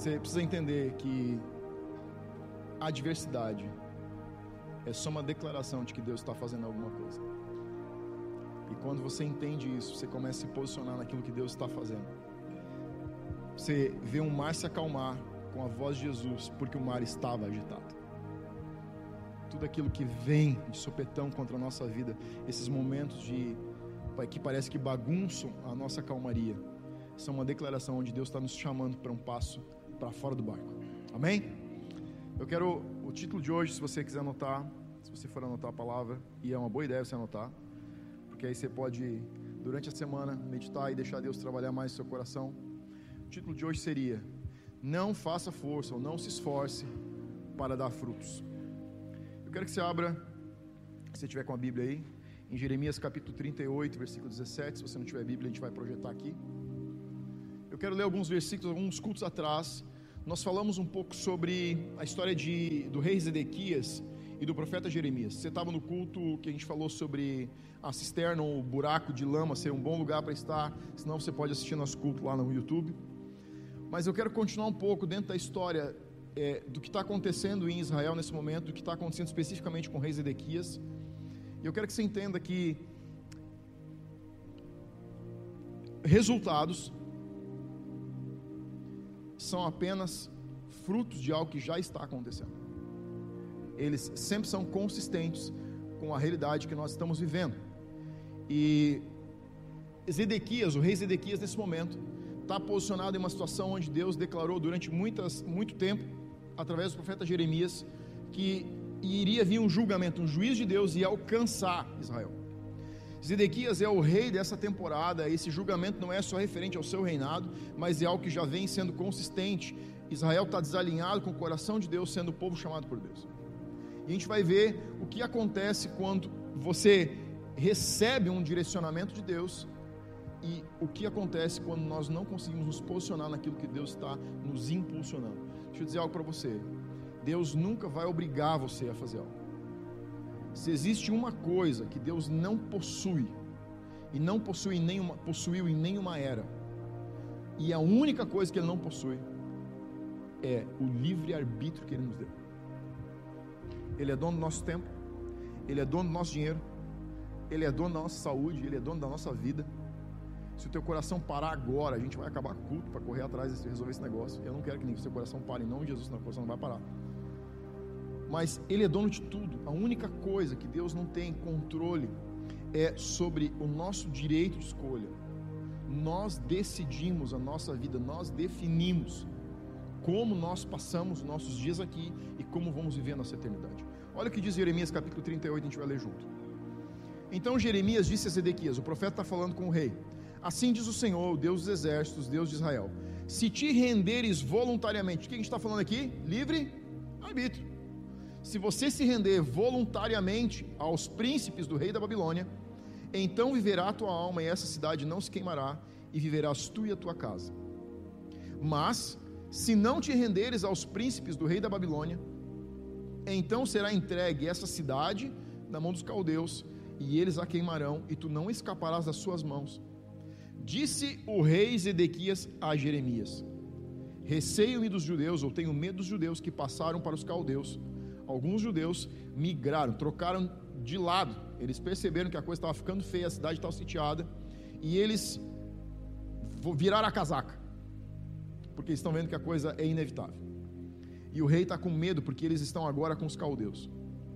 Você precisa entender que a adversidade é só uma declaração de que Deus está fazendo alguma coisa. E quando você entende isso, você começa a se posicionar naquilo que Deus está fazendo. Você vê um mar se acalmar com a voz de Jesus, porque o mar estava agitado. Tudo aquilo que vem de sopetão contra a nossa vida, esses momentos que parece que bagunçam a nossa calmaria, são uma declaração onde Deus está nos chamando para um passo para fora do barco. Amém? O título de hoje, se você quiser anotar, se você for anotar a palavra, e é uma boa ideia você anotar, porque aí você pode, durante a semana, meditar e deixar Deus trabalhar mais no seu coração. O título de hoje seria: não faça força ou não se esforce para dar frutos. Eu quero que você abra, se você estiver com a Bíblia aí, em Jeremias capítulo 38, versículo 17. Se você não tiver Bíblia, a gente vai projetar aqui. Eu quero ler alguns versículos. Alguns cultos atrás, nós falamos um pouco sobre a história do rei Zedequias e do profeta Jeremias. Você estava no culto que a gente falou sobre a cisterna ou o buraco de lama ser um bom lugar para estar, senão você pode assistir nosso culto lá no YouTube. Mas eu quero continuar um pouco dentro da história do que está acontecendo em Israel nesse momento, do que está acontecendo especificamente com o rei Zedequias. E eu quero que você entenda que resultados são apenas frutos de algo que já está acontecendo. Eles sempre são consistentes com a realidade que nós estamos vivendo. E Zedequias, o rei Zedequias, nesse momento, está posicionado em uma situação onde Deus declarou durante muito tempo, através do profeta Jeremias, que iria vir um julgamento, um juízo de Deus ia alcançar Israel. Zedequias é o rei dessa temporada. Esse julgamento não é só referente ao seu reinado, mas é algo que já vem sendo consistente. Israel está desalinhado com o coração de Deus, sendo o povo chamado por Deus. E a gente vai ver o que acontece quando você recebe um direcionamento de Deus e o que acontece quando nós não conseguimos nos posicionar naquilo que Deus está nos impulsionando. Deixa eu dizer algo para você: Deus nunca vai obrigar você a fazer algo. Se existe uma coisa que Deus não possui, e não possuiu em nenhuma era, e a única coisa que Ele não possui é o livre-arbítrio que Ele nos deu. Ele é dono do nosso tempo, Ele é dono do nosso dinheiro, Ele é dono da nossa saúde, Ele é dono da nossa vida. Se o teu coração parar agora, a gente vai acabar culto para correr atrás de resolver esse negócio. Eu não quero que nem o seu coração pare, em nome de Jesus, senão o coração não vai parar. Mas Ele é dono de tudo. A única coisa que Deus não tem controle é sobre o nosso direito de escolha. Nós decidimos a nossa vida, nós definimos como nós passamos os nossos dias aqui e como vamos viver a nossa eternidade. Olha o que diz Jeremias capítulo 38, a gente vai ler junto. Então Jeremias disse a Zedequias, o profeta está falando com o rei: assim diz o Senhor, o Deus dos exércitos, Deus de Israel: se te renderes voluntariamente, o que a gente está falando aqui? Livre arbítrio. Se você se render voluntariamente aos príncipes do rei da Babilônia, então viverá a tua alma e essa cidade não se queimará, e viverás tu e a tua casa. Mas se não te renderes aos príncipes do rei da Babilônia, então será entregue essa cidade na mão dos caldeus, e eles a queimarão, e tu não escaparás das suas mãos. Disse o rei Zedequias a Jeremias: receio-me dos judeus, ou tenho medo dos judeus que passaram para os caldeus. Alguns judeus migraram, trocaram de lado. Eles perceberam que a coisa estava ficando feia, a cidade estava sitiada, e eles viraram a casaca, porque eles estão vendo que a coisa é inevitável. E o rei está com medo, porque eles estão agora com os caldeus.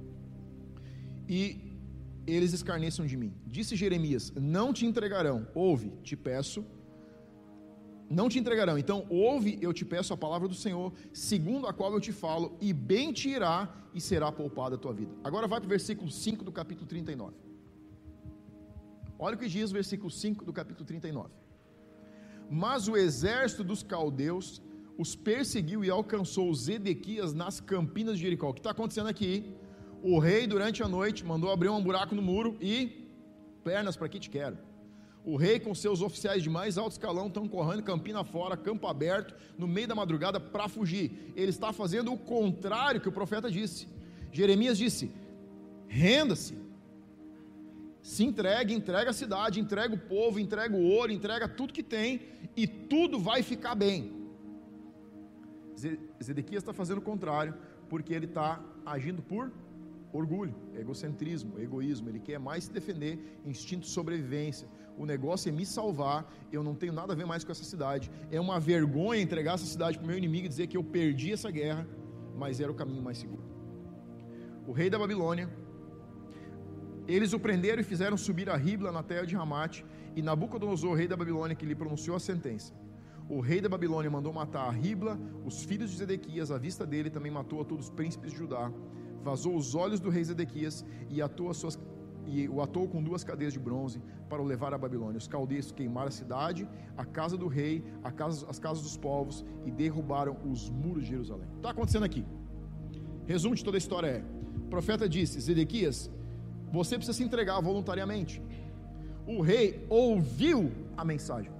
E eles escarnecem de mim. Disse Jeremias: não te entregarão. Ouve, te peço. Não te entregarão. Então ouve, eu te peço a palavra do Senhor, segundo a qual eu te falo, e bem te irá, e será poupada a tua vida. Agora vai para o versículo 5 do capítulo 39. Olha o que diz o versículo 5 do capítulo 39. Mas o exército dos caldeus os perseguiu e alcançou Zedequias nas campinas de Jericó. O que está acontecendo aqui? O rei, durante a noite, mandou abrir um buraco no muro e pernas para que te quero. O rei com seus oficiais de mais alto escalão estão correndo campina fora, campo aberto, no meio da madrugada para fugir. Ele está fazendo o contrário que o profeta disse. Jeremias disse: renda-se, se entregue, entrega a cidade, entrega o povo, entrega o ouro, entrega tudo que tem, e tudo vai ficar bem. Zedequias está fazendo o contrário, porque ele está agindo por orgulho, egocentrismo, egoísmo. Ele quer mais se defender, instinto de sobrevivência. O negócio é me salvar, eu não tenho nada a ver mais com essa cidade. É uma vergonha entregar essa cidade para o meu inimigo e dizer que eu perdi essa guerra, mas era o caminho mais seguro. O rei da Babilônia, eles o prenderam e fizeram subir a Ribla na terra de Ramate, e Nabucodonosor, rei da Babilônia, que lhe pronunciou a sentença. O rei da Babilônia mandou matar a Ribla, os filhos de Zedequias, à vista dele, também matou a todos os príncipes de Judá, vazou os olhos do rei Zedequias e o atou com 2 cadeias de bronze para o levar à Babilônia. Os caldeus queimaram a cidade, a casa do rei, as casas dos povos, e derrubaram os muros de Jerusalém. O que está acontecendo aqui? Resumo de toda a história é: o profeta disse: Zedequias, você precisa se entregar voluntariamente. O rei ouviu a mensagem,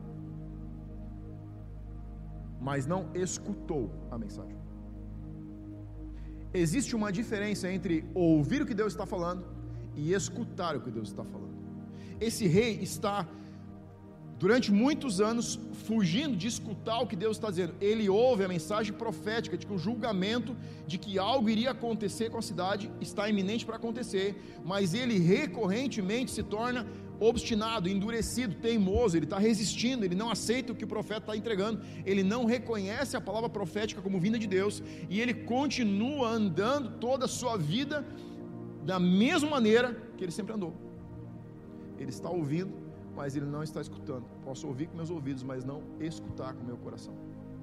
mas não escutou a mensagem. Existe uma diferença entre ouvir o que Deus está falando e escutar o que Deus está falando. Esse rei está, durante muitos anos, fugindo de escutar o que Deus está dizendo. Ele ouve a mensagem profética de que o julgamento, de que algo iria acontecer com a cidade, está iminente para acontecer, mas ele recorrentemente se torna obstinado, endurecido, teimoso. Ele está resistindo, ele não aceita o que o profeta está entregando, ele não reconhece a palavra profética como vinda de Deus, e ele continua andando toda a sua vida da mesma maneira que ele sempre andou. Ele está ouvindo, mas ele não está escutando. Posso ouvir com meus ouvidos, mas não escutar com meu coração.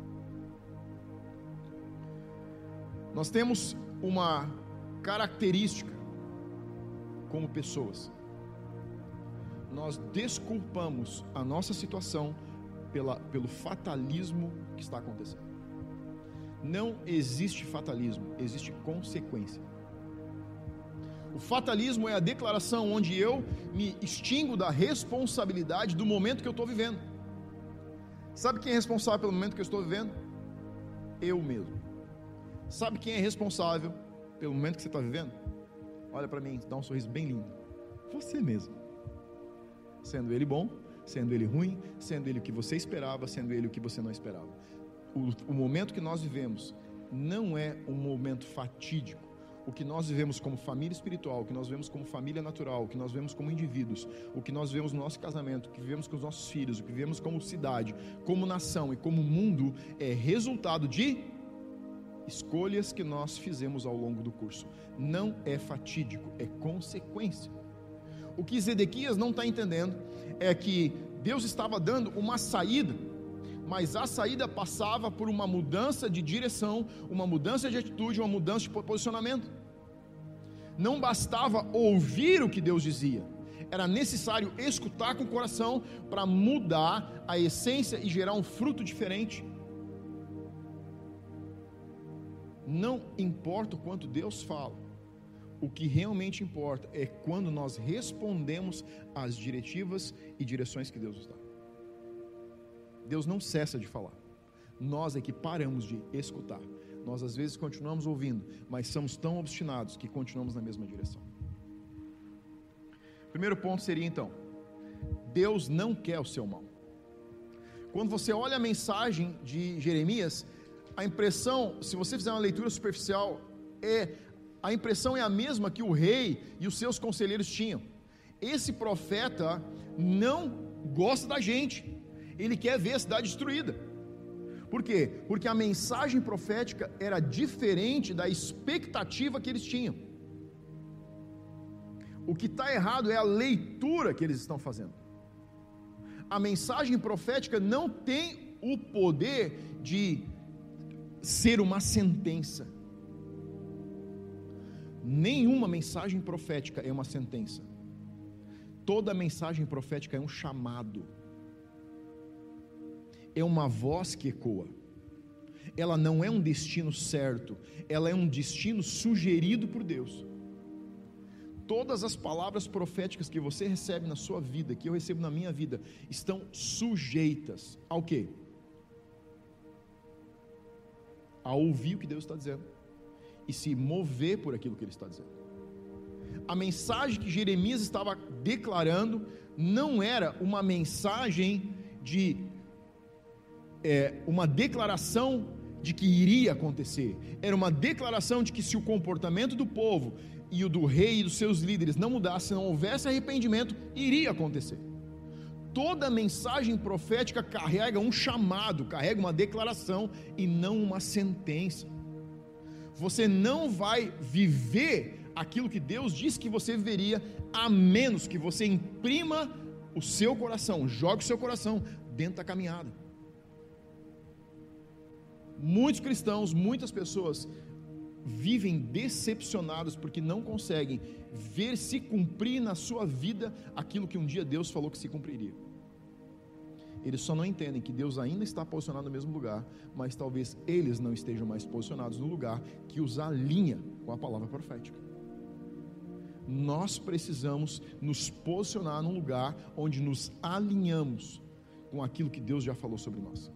Nós temos uma característica como pessoas: nós desculpamos a nossa situação pelo fatalismo que está acontecendo. Não existe fatalismo, existe consequência. O fatalismo é a declaração onde eu me extingo da responsabilidade do momento que eu estou vivendo. Sabe quem é responsável pelo momento que eu estou vivendo? Eu mesmo. Sabe quem é responsável pelo momento que você está vivendo? Olha para mim, dá um sorriso bem lindo. Você mesmo. Sendo ele bom, sendo ele ruim, sendo ele o que você esperava, sendo ele o que você não esperava. O momento que nós vivemos não é um momento fatídico. O que nós vivemos como família espiritual, o que nós vivemos como família natural, o que nós vivemos como indivíduos, o que nós vivemos no nosso casamento, o que vivemos com os nossos filhos, o que vivemos como cidade, como nação e como mundo, é resultado de escolhas que nós fizemos ao longo do curso. Não é fatídico, é consequência. O que Zedequias não está entendendo é que Deus estava dando uma saída, mas a saída passava por uma mudança de direção, uma mudança de atitude, uma mudança de posicionamento. Não bastava ouvir o que Deus dizia, era necessário escutar com o coração para mudar a essência e gerar um fruto diferente. Não importa o quanto Deus fala, o que realmente importa é quando nós respondemos às diretivas e direções que Deus nos dá. Deus não cessa de falar, nós é que paramos de escutar. Nós às vezes continuamos ouvindo, mas somos tão obstinados que continuamos na mesma direção. Primeiro ponto seria então: Deus não quer o seu mal. Quando você olha a mensagem de Jeremias, a impressão, se você fizer uma leitura superficial, a impressão é a mesma que o rei e os seus conselheiros tinham. Esse profeta não gosta da gente, ele quer ver a cidade destruída. Por quê? Porque a mensagem profética era diferente da expectativa que eles tinham. O que está errado é a leitura que eles estão fazendo. A mensagem profética não tem o poder de ser uma sentença. Nenhuma mensagem profética é uma sentença. Toda mensagem profética é um chamado. É uma voz que ecoa. Ela não é um destino certo, ela é um destino sugerido por Deus. Todas as palavras proféticas que você recebe na sua vida, que eu recebo na minha vida, estão sujeitas ao quê? A ouvir o que Deus está dizendo e se mover por aquilo que Ele está dizendo. A mensagem que Jeremias estava declarando não era uma mensagem de uma declaração de que iria acontecer, era uma declaração de que se o comportamento do povo e o do rei e dos seus líderes não mudasse, não houvesse arrependimento, iria acontecer. Toda mensagem profética carrega um chamado, carrega uma declaração e não uma sentença. Você não vai viver aquilo que Deus disse que você viveria, a menos que você imprima o seu coração, jogue o seu coração dentro da caminhada. Muitos cristãos, muitas pessoas vivem decepcionados porque não conseguem ver se cumprir na sua vida aquilo que um dia Deus falou que se cumpriria. Eles só não entendem que Deus ainda está posicionado no mesmo lugar, mas talvez eles não estejam mais posicionados no lugar que os alinha com a palavra profética. Nós precisamos nos posicionar num lugar onde nos alinhamos com aquilo que Deus já falou sobre nós.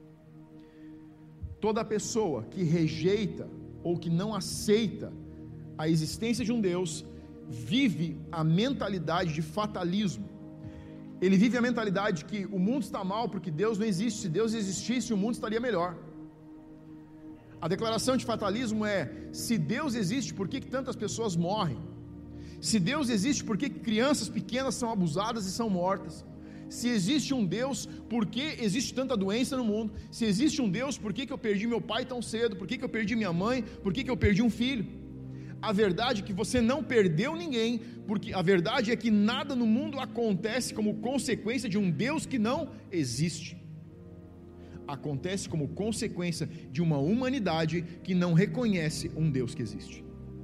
Toda pessoa que rejeita ou que não aceita a existência de um Deus, vive a mentalidade de fatalismo. Ele vive a mentalidade de que o mundo está mal porque Deus não existe. Se Deus existisse, o mundo estaria melhor. A declaração de fatalismo é: se Deus existe, por que tantas pessoas morrem? Se Deus existe, por que crianças pequenas são abusadas e são mortas? Se existe um Deus, por que existe tanta doença no mundo? Se existe um Deus, por que eu perdi meu pai tão cedo? Por que eu perdi minha mãe? Por que eu perdi um filho? A verdade é que você não perdeu ninguém, porque a verdade é que nada no mundo acontece como consequência de um Deus que não existe. Acontece como consequência de uma humanidade que não reconhece um Deus que existe.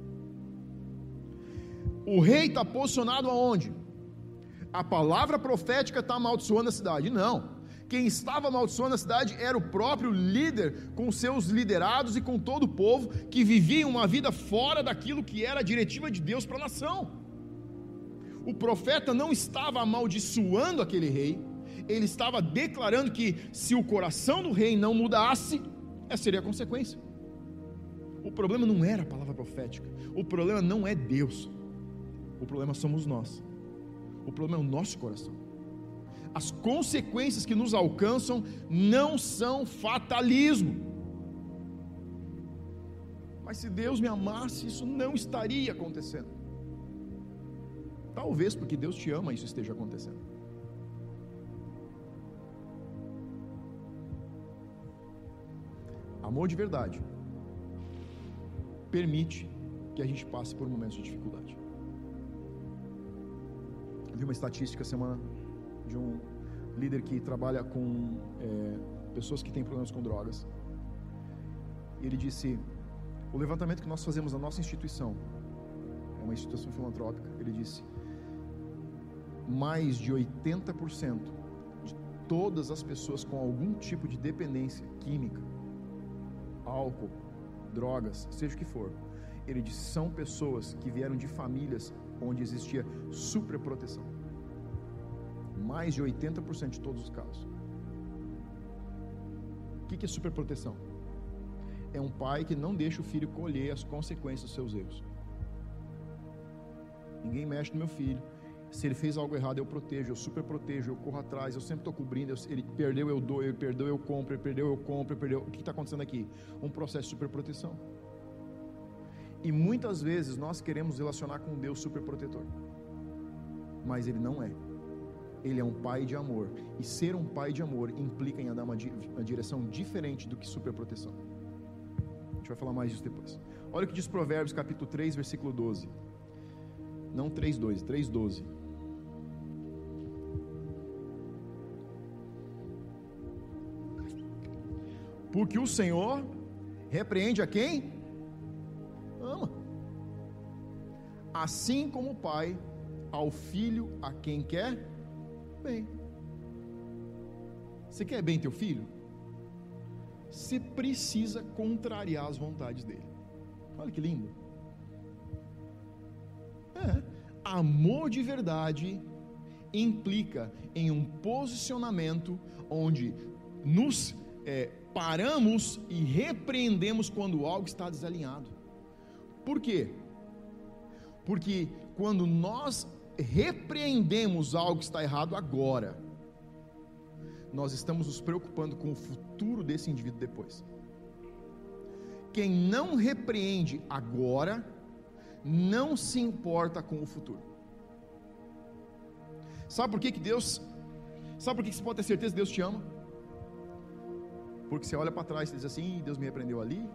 O rei está posicionado aonde? A palavra profética está amaldiçoando a cidade? Não. Quem estava amaldiçoando a cidade era o próprio líder, com seus liderados e com todo o povo, que viviam uma vida fora daquilo que era a diretiva de Deus para a nação. O profeta não estava amaldiçoando aquele rei, ele estava declarando que se o coração do rei não mudasse, essa seria a consequência. O problema não era a palavra profética, o problema não é Deus, o problema somos nós, o problema é o nosso coração. As consequências que nos alcançam não são fatalismo. Mas se Deus me amasse, isso não estaria acontecendo. Talvez porque Deus te ama, isso esteja acontecendo. Amor de verdade permite que a gente passe por momentos de dificuldade. Eu vi uma estatística semana de um líder que trabalha com pessoas que têm problemas com drogas. Ele disse: o levantamento que nós fazemos na nossa instituição, é uma instituição filantrópica, ele disse, mais de 80% de todas as pessoas com algum tipo de dependência química, álcool, drogas, seja o que for, ele disse, são pessoas que vieram de famílias onde existia superproteção. Mais de 80% de todos os casos. O que é superproteção? É um pai que não deixa o filho colher as consequências dos seus erros. Ninguém mexe no meu filho. Se ele fez algo errado, eu protejo, eu superprotejo, eu corro atrás, eu sempre estou cobrindo. Ele perdeu, eu dou, ele perdeu, eu compro, ele perdeu, eu compro, ele perdeu. O que está acontecendo aqui? Um processo de superproteção. E muitas vezes nós queremos relacionar com um Deus superprotetor, mas Ele não é. Ele é um pai de amor, e ser um pai de amor implica em andar uma direção diferente do que superproteção. A gente vai falar mais disso depois. Olha o que diz Provérbios capítulo 3, versículo 12. Não 3:2, 3:12. Porque o Senhor repreende a quem ama, assim como o pai ao filho a quem quer bem. Você quer bem teu filho? Você precisa contrariar as vontades dele. Olha que lindo. Amor de verdade implica em um posicionamento onde nos paramos e repreendemos quando algo está desalinhado. Por quê? Porque quando nós repreendemos algo que está errado agora, nós estamos nos preocupando com o futuro desse indivíduo depois. quem não repreende agora, não se importa com o futuro. Sabe por que você pode ter certeza que Deus te ama? Porque você olha para trás e diz assim: Deus me repreendeu ali.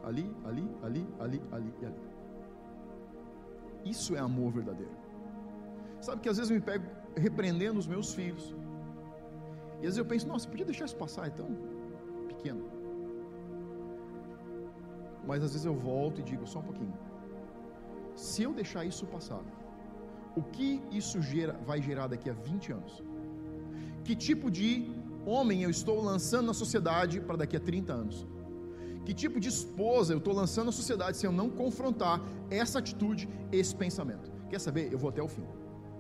Isso é amor verdadeiro. Sabe que às vezes eu me pego repreendendo os meus filhos, e às vezes eu penso: nossa, podia deixar isso passar, é tão pequeno. Mas às vezes eu volto e digo: só um pouquinho, se eu deixar isso passar, o que isso vai gerar daqui a 20 anos? Que tipo de homem eu estou lançando na sociedade para daqui a 30 anos? Que tipo de esposa eu estou lançando na sociedade se eu não confrontar essa atitude, esse pensamento? Quer saber? Eu vou até o fim.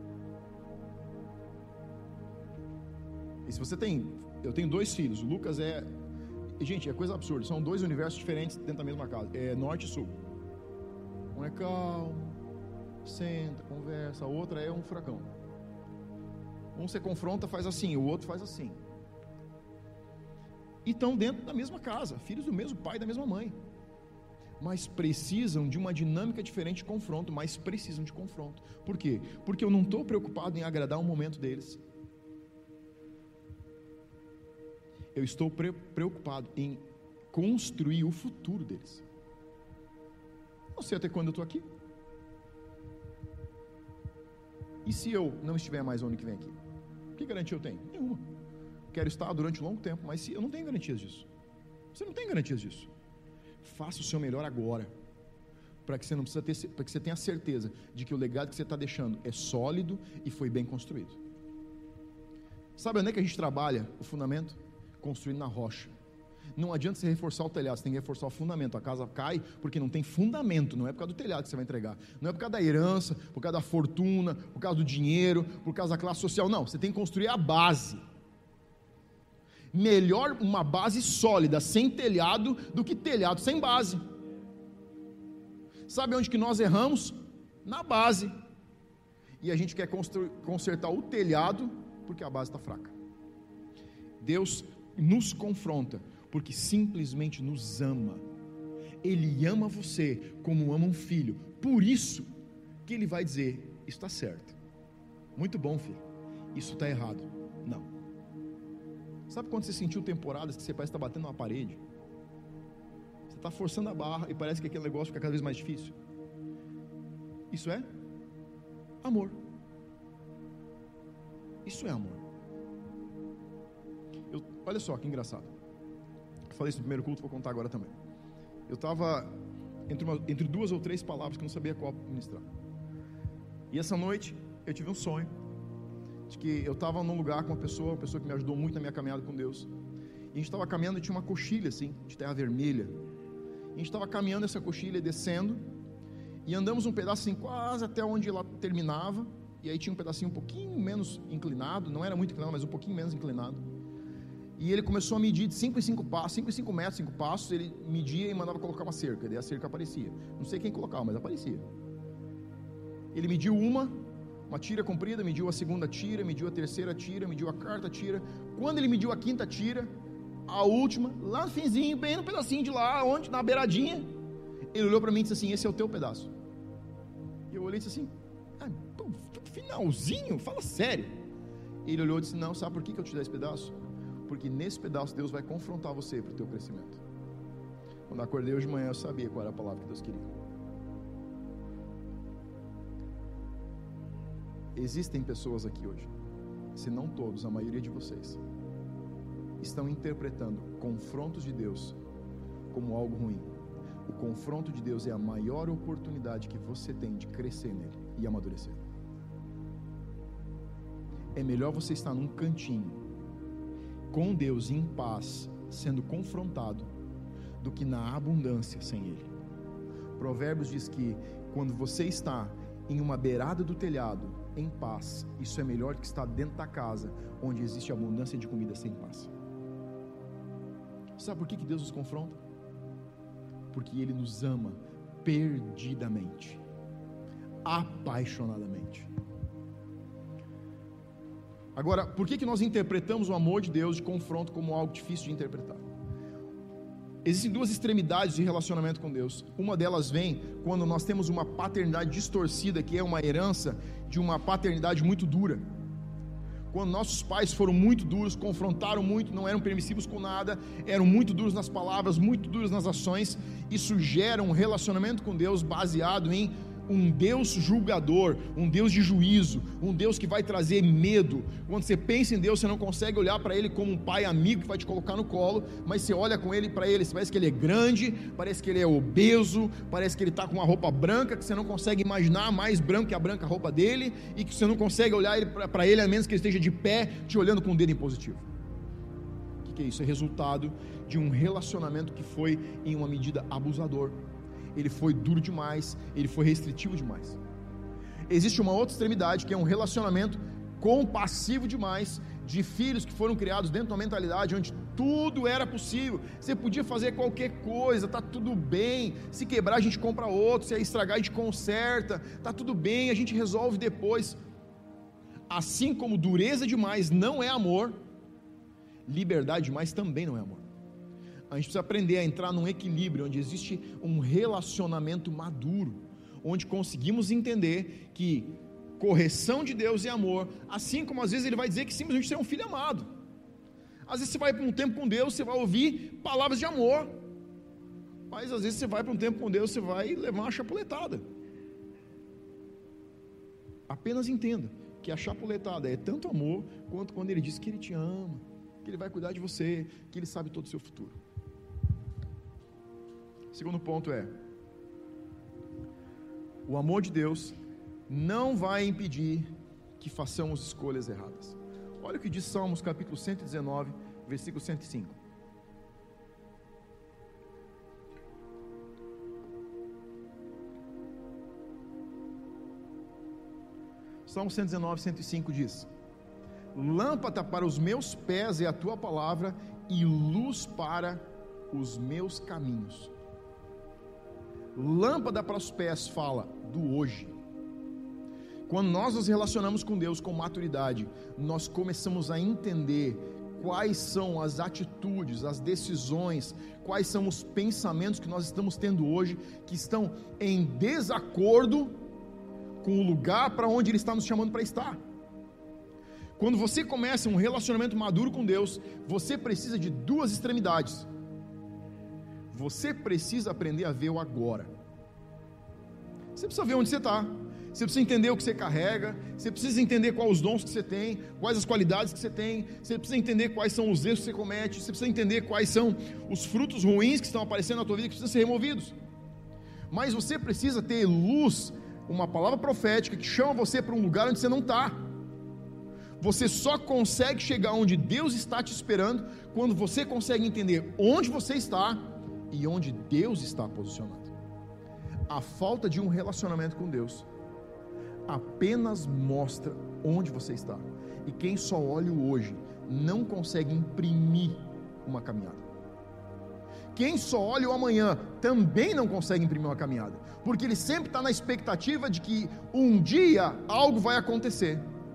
E se você eu tenho 2 filhos, o Lucas gente, é coisa absurda, são 2 universos diferentes dentro da mesma casa, é norte e sul. Um é calmo, senta, conversa, a outra é um furacão. Um você confronta, faz assim, o outro faz assim. E estão dentro da mesma casa, filhos do mesmo pai e da mesma mãe, mas precisam de uma dinâmica diferente de confronto, mas precisam de confronto. Por quê? Porque eu não estou preocupado em agradar o momento deles, eu estou preocupado em construir o futuro deles. Não sei até quando eu estou aqui. E se eu não estiver mais ano que vem aqui? Que garantia eu tenho? Nenhuma. Quero estar durante um longo tempo, mas eu não tenho garantias disso. Você não tem garantias disso. Faça o seu melhor agora, para que você não precisa para que você tenha certeza de que o legado que você está deixando é sólido e foi bem construído. Sabe onde é que a gente trabalha o fundamento? Construindo na rocha. Não adianta você reforçar o telhado, você tem que reforçar o fundamento. A casa cai porque não tem fundamento, não é por causa do telhado que você vai entregar, não é por causa da herança, por causa da fortuna, por causa do dinheiro, por causa da classe social, não, você tem que construir a base. Melhor uma base sólida sem telhado do que telhado sem base. Sabe onde que nós erramos? Na base. E a gente quer consertar o telhado porque a base está fraca. Deus nos confronta porque simplesmente nos ama. Ele ama você como ama um filho. Por isso que Ele vai dizer: isso está certo, muito bom, filho, isso está errado, não. Sabe quando você sentiu temporadas que você parece estar batendo numa parede? Você está forçando a barra e parece que aquele negócio fica cada vez mais difícil. Isso é amor. Isso é amor. Olha só que engraçado. Eu falei isso no primeiro culto, vou contar agora também. Eu estava entre 2 ou 3 palavras que eu não sabia qual ministrar. E essa noite eu tive um sonho de que eu estava num lugar com uma pessoa que me ajudou muito na minha caminhada com Deus. E a gente estava caminhando e tinha uma coxilha assim, de terra vermelha. E a gente estava caminhando essa coxilha, descendo, e andamos um pedaço assim, quase até onde ela terminava. E aí tinha um pedacinho um pouquinho menos inclinado, não era muito inclinado, mas um pouquinho menos inclinado. E ele começou a medir de 5 em 5 passos, 5 em 5 metros, 5 passos, ele media e mandava colocar uma cerca, daí a cerca aparecia. Não sei quem colocava, mas aparecia. Ele mediu uma tira comprida, mediu a segunda tira, mediu a terceira tira, mediu a quarta tira. Quando ele mediu a quinta tira, a última, lá no finzinho, bem no pedacinho de lá, onde, na beiradinha, ele olhou para mim e disse assim: esse é o teu pedaço. E eu olhei e disse assim: finalzinho? Fala sério. Ele olhou e disse: não, sabe por que eu te dei esse pedaço? Porque nesse pedaço Deus vai confrontar você para o teu crescimento. Quando eu acordei hoje de manhã, eu sabia qual era a palavra que Deus queria. Existem pessoas aqui hoje, se não todos, a maioria de vocês, estão interpretando confrontos de Deus como algo ruim. O confronto de Deus é a maior oportunidade que você tem de crescer nele e amadurecer. É melhor você estar num cantinho com Deus em paz, sendo confrontado, do que na abundância sem Ele. Provérbios diz que quando você está em uma beirada do telhado, em paz, isso é melhor do que estar dentro da casa, onde existe abundância de comida sem paz. Sabe por que Deus nos confronta? Porque Ele nos ama perdidamente, apaixonadamente. Agora, por que nós interpretamos o amor de Deus de confronto como algo difícil de interpretar? Existem duas extremidades de relacionamento com Deus. Uma delas vem quando nós temos uma paternidade distorcida, que é uma herança de uma paternidade muito dura. Quando nossos pais foram muito duros, confrontaram muito, não eram permissivos com nada, eram muito duros nas palavras, muito duros nas ações, isso gera um relacionamento com Deus baseado em um Deus julgador, um Deus de juízo, um Deus que vai trazer medo. Quando você pensa em Deus, você não consegue olhar para Ele como um pai amigo que vai te colocar no colo, mas você olha com Ele, para Ele, parece que Ele é grande, parece que Ele é obeso, parece que Ele está com uma roupa branca, que você não consegue imaginar mais branco que a branca roupa dele, e que você não consegue olhar para Ele, a menos que Ele esteja de pé, te olhando com o dedo impositivo. O que é isso? É resultado de um relacionamento que foi, em uma medida, abusador. Ele foi duro demais, ele foi restritivo demais. Existe uma outra extremidade, que é um relacionamento compassivo demais, de filhos que foram criados dentro de uma mentalidade onde tudo era possível, você podia fazer qualquer coisa, está tudo bem, se quebrar a gente compra outro, se estragar a gente conserta, está tudo bem, a gente resolve depois. Assim como dureza demais não é amor, liberdade demais também não é amor. A gente precisa aprender a entrar num equilíbrio, onde existe um relacionamento maduro, onde conseguimos entender que correção de Deus é amor, assim como às vezes Ele vai dizer que simplesmente você é um filho amado. Às vezes você vai para um tempo com Deus, você vai ouvir palavras de amor, mas às vezes você vai para um tempo com Deus, você vai levar uma chapuletada. Apenas entenda que a chapuletada é tanto amor, quanto quando Ele diz que Ele te ama, que Ele vai cuidar de você, que Ele sabe todo o seu futuro. Segundo ponto é: o amor de Deus não vai impedir que façamos escolhas erradas. Olha o que diz Salmos capítulo 119, versículo 105. Salmo 119, 105 diz: lâmpada para os meus pés é a tua palavra e luz para os meus caminhos. Lâmpada para os pés fala do hoje. Quando nós nos relacionamos com Deus com maturidade, nós começamos a entender quais são as atitudes, as decisões, quais são os pensamentos que nós estamos tendo hoje, que estão em desacordo com o lugar para onde Ele está nos chamando para estar. Quando você começa um relacionamento maduro com Deus, você precisa de duas extremidades. Você precisa aprender a ver o agora. Você precisa ver onde você está. Você precisa entender o que você carrega. Você precisa entender quais os dons que você tem, quais as qualidades que você tem. Você precisa entender quais são os erros que você comete. Você precisa entender quais são os frutos ruins que estão aparecendo na tua vida, que precisam ser removidos. Mas você precisa ter luz, uma palavra profética que chama você para um lugar onde você não está. Você só consegue chegar onde Deus está te esperando quando você consegue entender onde você está e onde Deus está posicionado. A falta de um relacionamento com Deus apenas mostra onde você está, e quem só olha o hoje não consegue imprimir uma caminhada. Quem só olha o amanhã também não consegue imprimir uma caminhada, porque ele sempre está na expectativa de que um dia algo vai acontecer.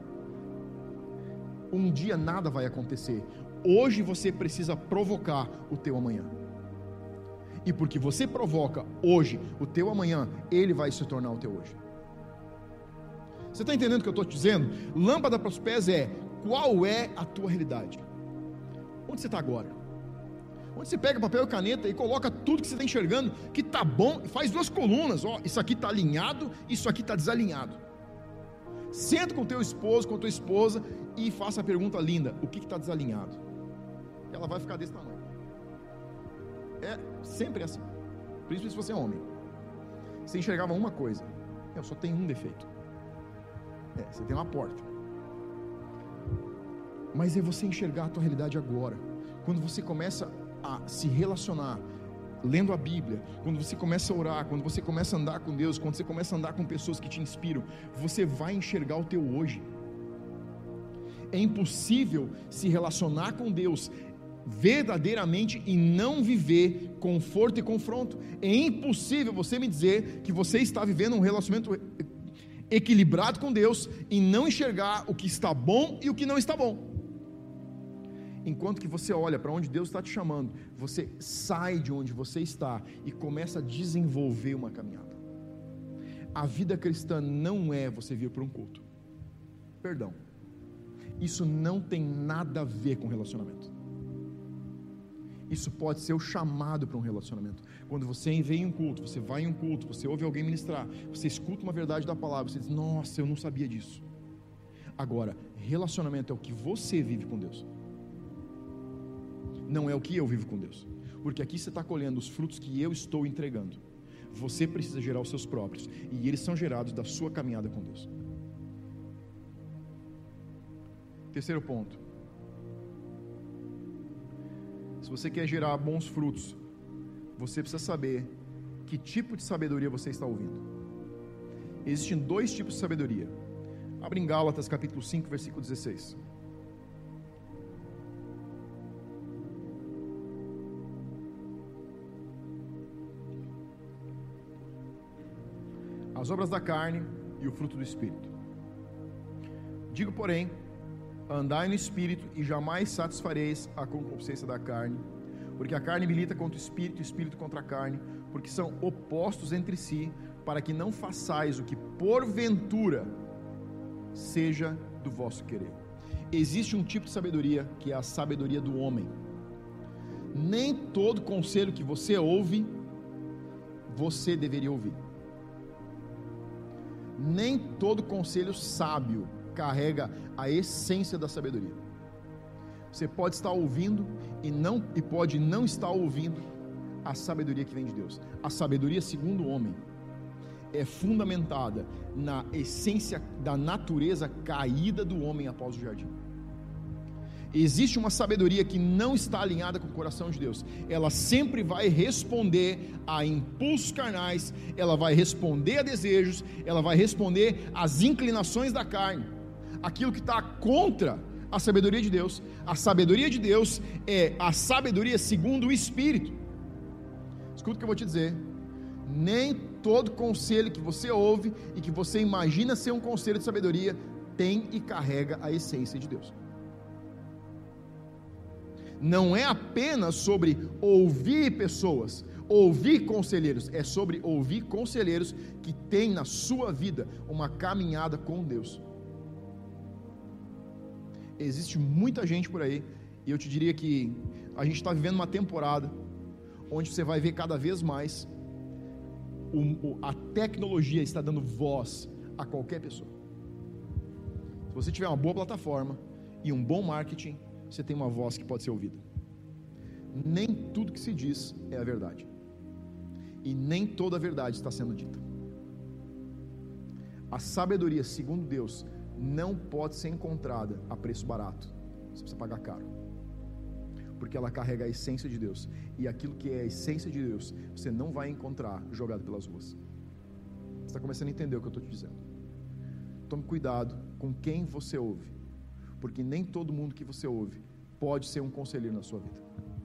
Um dia nada vai acontecer. Hoje você precisa provocar o teu amanhã. E porque você provoca hoje o teu amanhã, ele vai se tornar o teu hoje. Você está entendendo o que eu estou te dizendo? Lâmpada para os pés é: qual é a tua realidade? Onde você está agora? Onde você pega papel e caneta e coloca tudo que você está enxergando, que está bom, e faz duas colunas, ó, isso aqui está alinhado, isso aqui está desalinhado. Senta com o teu esposo, com a tua esposa, e faça a pergunta linda: o que está desalinhado? Ela vai ficar desse tamanho. É sempre assim, principalmente se você é homem. Você enxergava uma coisa: eu só tenho um defeito. Você tem uma porta. Mas é você enxergar a tua realidade agora. Quando você começa a se relacionar, lendo a Bíblia, quando você começa a orar, quando você começa a andar com Deus, quando você começa a andar com pessoas que te inspiram, você vai enxergar o teu hoje. É impossível se relacionar com Deus verdadeiramente e não viver conforto e confronto. É impossível você me dizer que você está vivendo um relacionamento equilibrado com Deus e não enxergar o que está bom e o que não está bom. enquanto que você olha para onde Deus está te chamando, você sai de onde você está e começa a desenvolver uma caminhada. A vida cristã não é você vir para um culto. Perdão. Isso não tem nada a ver com relacionamento. Isso pode ser o chamado para um relacionamento. Quando você vem em um culto, você vai em um culto, você ouve alguém ministrar, você escuta uma verdade da palavra, você diz: nossa, eu não sabia disso. Agora, relacionamento é o que você vive com Deus, não é o que eu vivo com Deus, porque aqui você está colhendo os frutos que eu estou entregando. Você precisa gerar os seus próprios, e eles são gerados da sua caminhada com Deus. Terceiro ponto: se você quer gerar bons frutos, você precisa saber que tipo de sabedoria você está ouvindo. Existem dois tipos de sabedoria. Abre em Gálatas capítulo 5, versículo 16. As obras da carne e o fruto do Espírito. Digo, porém, andai no Espírito e jamais satisfareis a concupiscência da carne, porque a carne milita contra o Espírito e o Espírito contra a carne, porque são opostos entre si, para que não façais o que porventura seja do vosso querer. Existe um tipo de sabedoria que é a sabedoria do homem. Nem todo conselho que você ouve, você deveria ouvir. Nem todo conselho sábio carrega a essência da sabedoria. Você pode estar ouvindo e pode não estar ouvindo a sabedoria que vem de Deus. A sabedoria segundo o homem é fundamentada na essência da natureza caída do homem após o jardim. Existe uma sabedoria que não está alinhada com o coração de Deus. Ela sempre vai responder a impulsos carnais, ela vai responder a desejos, ela vai responder às inclinações da carne, aquilo que está contra a sabedoria de Deus. A sabedoria de Deus é a sabedoria segundo o Espírito. Escuta o que eu vou te dizer: nem todo conselho que você ouve e que você imagina ser um conselho de sabedoria tem e carrega a essência de Deus. Não é apenas sobre ouvir pessoas, ouvir conselheiros, é sobre ouvir conselheiros que têm na sua vida uma caminhada com Deus. Existe muita gente por aí, e eu te diria que a gente está vivendo uma temporada onde você vai ver cada vez mais a tecnologia está dando voz a qualquer pessoa. Se você tiver uma boa plataforma e um bom marketing, você tem uma voz que pode ser ouvida. Nem tudo que se diz é a verdade, e nem toda a verdade está sendo dita. A sabedoria segundo Deus não pode ser encontrada a preço barato. Você precisa pagar caro, porque ela carrega a essência de Deus, e aquilo que é a essência de Deus você não vai encontrar jogado pelas ruas. Você está começando a entender o que eu estou te dizendo. Tome cuidado com quem você ouve, porque nem todo mundo que você ouve pode ser um conselheiro na sua vida.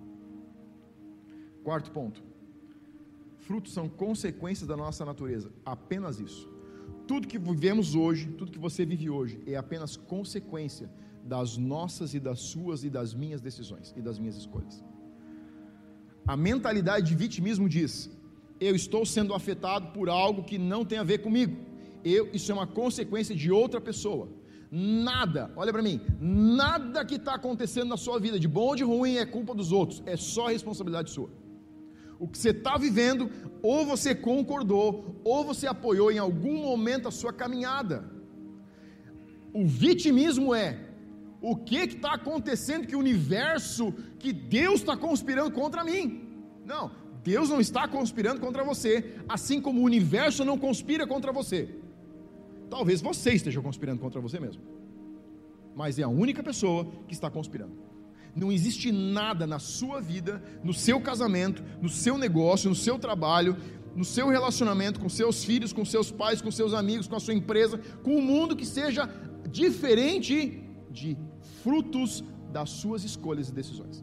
Quarto ponto: frutos são consequências da nossa natureza, apenas isso. Tudo que vivemos hoje, tudo que você vive hoje, é apenas consequência das nossas e das suas e das minhas decisões e das minhas escolhas. A mentalidade de vitimismo diz: eu estou sendo afetado por algo que não tem a ver comigo, isso é uma consequência de outra pessoa. Nada, olha para mim, nada que está acontecendo na sua vida, de bom ou de ruim, é culpa dos outros, é só responsabilidade sua. O que você está vivendo, ou você concordou, ou você apoiou em algum momento a sua caminhada. O vitimismo é: o que está acontecendo que o universo, que Deus está conspirando contra mim? Não, Deus não está conspirando contra você, assim como o universo não conspira contra você. Talvez você esteja conspirando contra você mesmo, mas é a única pessoa que está conspirando. Não existe nada na sua vida, no seu casamento, no seu negócio, no seu trabalho, no seu relacionamento com seus filhos, com seus pais, com seus amigos, com a sua empresa, com o mundo, que seja diferente de frutos das suas escolhas e decisões.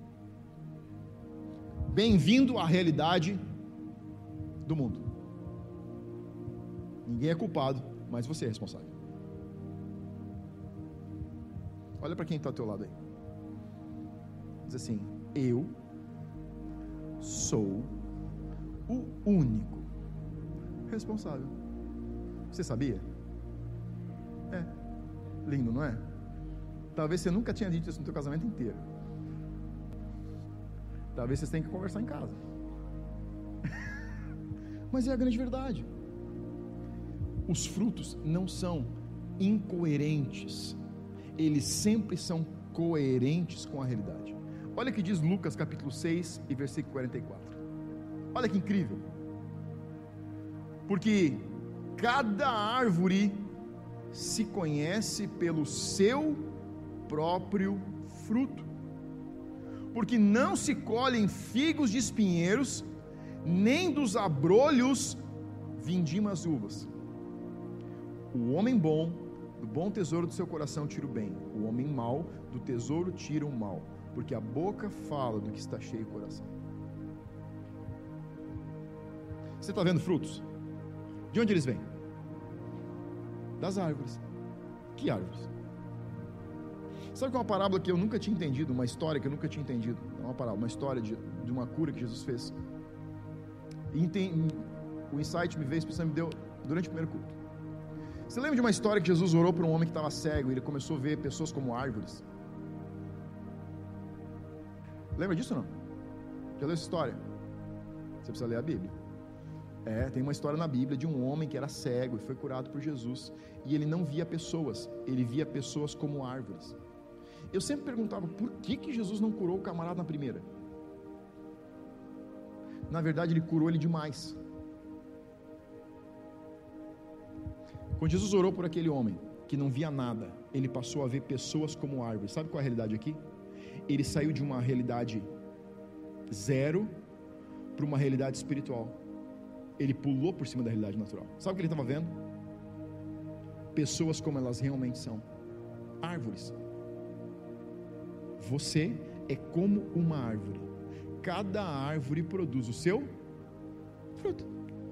Bem-vindo à realidade do mundo. Ninguém é culpado, mas você é responsável. Olha para quem está ao teu lado aí. Diz assim: eu sou o único responsável. Você sabia? É lindo, não é? Talvez você nunca tinha dito isso no teu casamento inteiro. Talvez vocês tenham que conversar em casa. Mas é a grande verdade. Os frutos não são incoerentes, eles sempre são coerentes com a realidade. Olha o que diz Lucas capítulo 6 e versículo 44. Olha que incrível. Porque cada árvore se conhece pelo seu próprio fruto. Porque não se colhem figos de espinheiros, nem dos abrolhos vindimas uvas. O homem bom, do bom tesouro do seu coração tira o bem. O homem mau, do tesouro tira o mal. Porque a boca fala do que está cheio o coração. Você está vendo frutos? De onde eles vêm? Das árvores. Que árvores? Sabe que é uma parábola que eu nunca tinha entendido, uma história que eu nunca tinha entendido? Não é uma parábola, uma história de uma cura que Jesus fez. O insight me veio, especialmente me deu durante o primeiro culto. Você lembra de uma história que Jesus orou para um homem que estava cego e ele começou a ver pessoas como árvores? Lembra disso ou não? Já leu essa história? Você precisa ler a Bíblia. Tem uma história na Bíblia de um homem que era cego e foi curado por Jesus, e ele não via pessoas, ele via pessoas como árvores. Eu sempre perguntava, por que Jesus não curou o camarada na primeira? Na verdade, ele curou ele demais. Quando Jesus orou por aquele homem que não via nada, ele passou a ver pessoas como árvores. Sabe qual é a realidade aqui? Ele saiu de uma realidade zero para uma realidade espiritual. Ele pulou por cima da realidade natural. Sabe o que ele estava vendo? Pessoas como elas realmente são. Árvores. Você é como uma árvore. Cada árvore produz o seu fruto.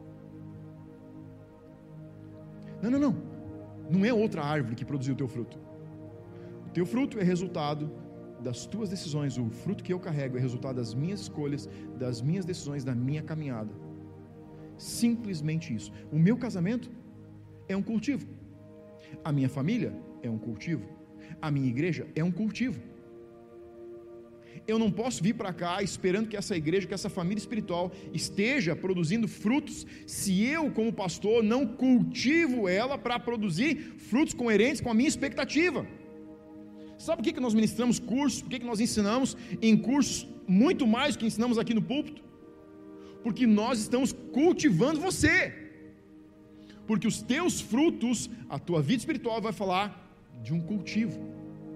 Não. Não é outra árvore que produziu o teu fruto. O teu fruto é resultado das tuas decisões. O fruto que eu carrego é resultado das minhas escolhas, das minhas decisões, da minha caminhada. Simplesmente isso. O meu casamento é um cultivo. A minha família é um cultivo. A minha igreja é um cultivo. Eu não posso vir para cá esperando que essa igreja, que essa família espiritual esteja produzindo frutos, se eu, como pastor, não cultivo ela para produzir frutos coerentes com a minha expectativa. Sabe por que nós ministramos cursos? Por que nós ensinamos em cursos muito mais do que ensinamos aqui no púlpito? Porque nós estamos cultivando você. Porque os teus frutos, a tua vida espiritual vai falar de um cultivo.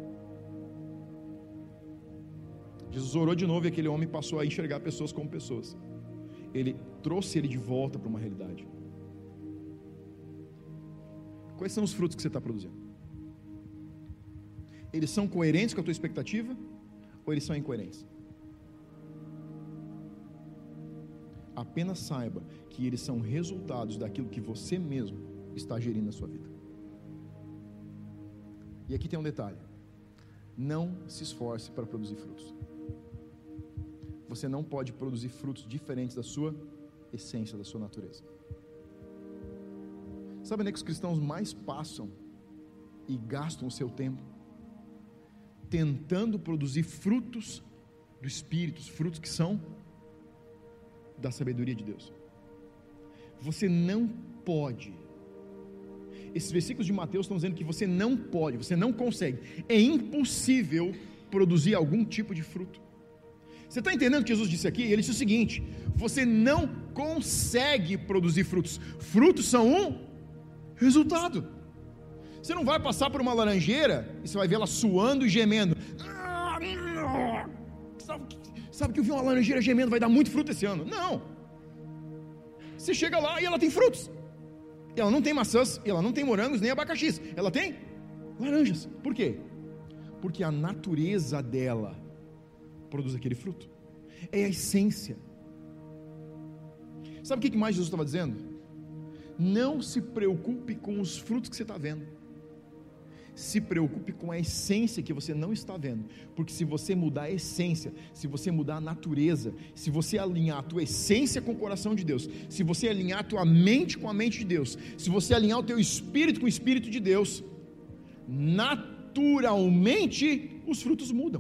Jesus orou de novo e aquele homem passou a enxergar pessoas como pessoas. Ele trouxe ele de volta para uma realidade. Quais são os frutos que você está produzindo? Eles são coerentes com a tua expectativa ou eles são incoerentes? Apenas saiba que eles são resultados daquilo que você mesmo está gerindo na sua vida. E aqui tem um detalhe: não se esforce para produzir frutos. Você não pode produzir frutos diferentes da sua essência, da sua natureza. Sabe onde é que os cristãos mais passam e gastam o seu tempo? Tentando produzir frutos do Espírito, frutos que são da sabedoria de Deus. Você não pode. Esses versículos de Mateus estão dizendo que você não pode, você não consegue, é impossível produzir algum tipo de fruto. Você está entendendo o que Jesus disse aqui? Ele disse o seguinte: você não consegue produzir frutos. Frutos são um resultado. Você não vai passar por uma laranjeira e você vai ver ela suando e gemendo. Sabe que eu vi uma laranjeira gemendo, vai dar muito fruto esse ano? Não. Você chega lá e ela tem frutos. Ela não tem maçãs, ela não tem morangos, nem abacaxis. Ela tem laranjas. Por quê? Porque a natureza dela produz aquele fruto. É a essência. Sabe o que mais Jesus estava dizendo? Não se preocupe com os frutos que você está vendo. Se preocupe com a essência que você não está vendo, porque se você mudar a essência, se você mudar a natureza, se você alinhar a tua essência com o coração de Deus, se você alinhar a tua mente com a mente de Deus, se você alinhar o teu espírito com o espírito de Deus, naturalmente os frutos mudam.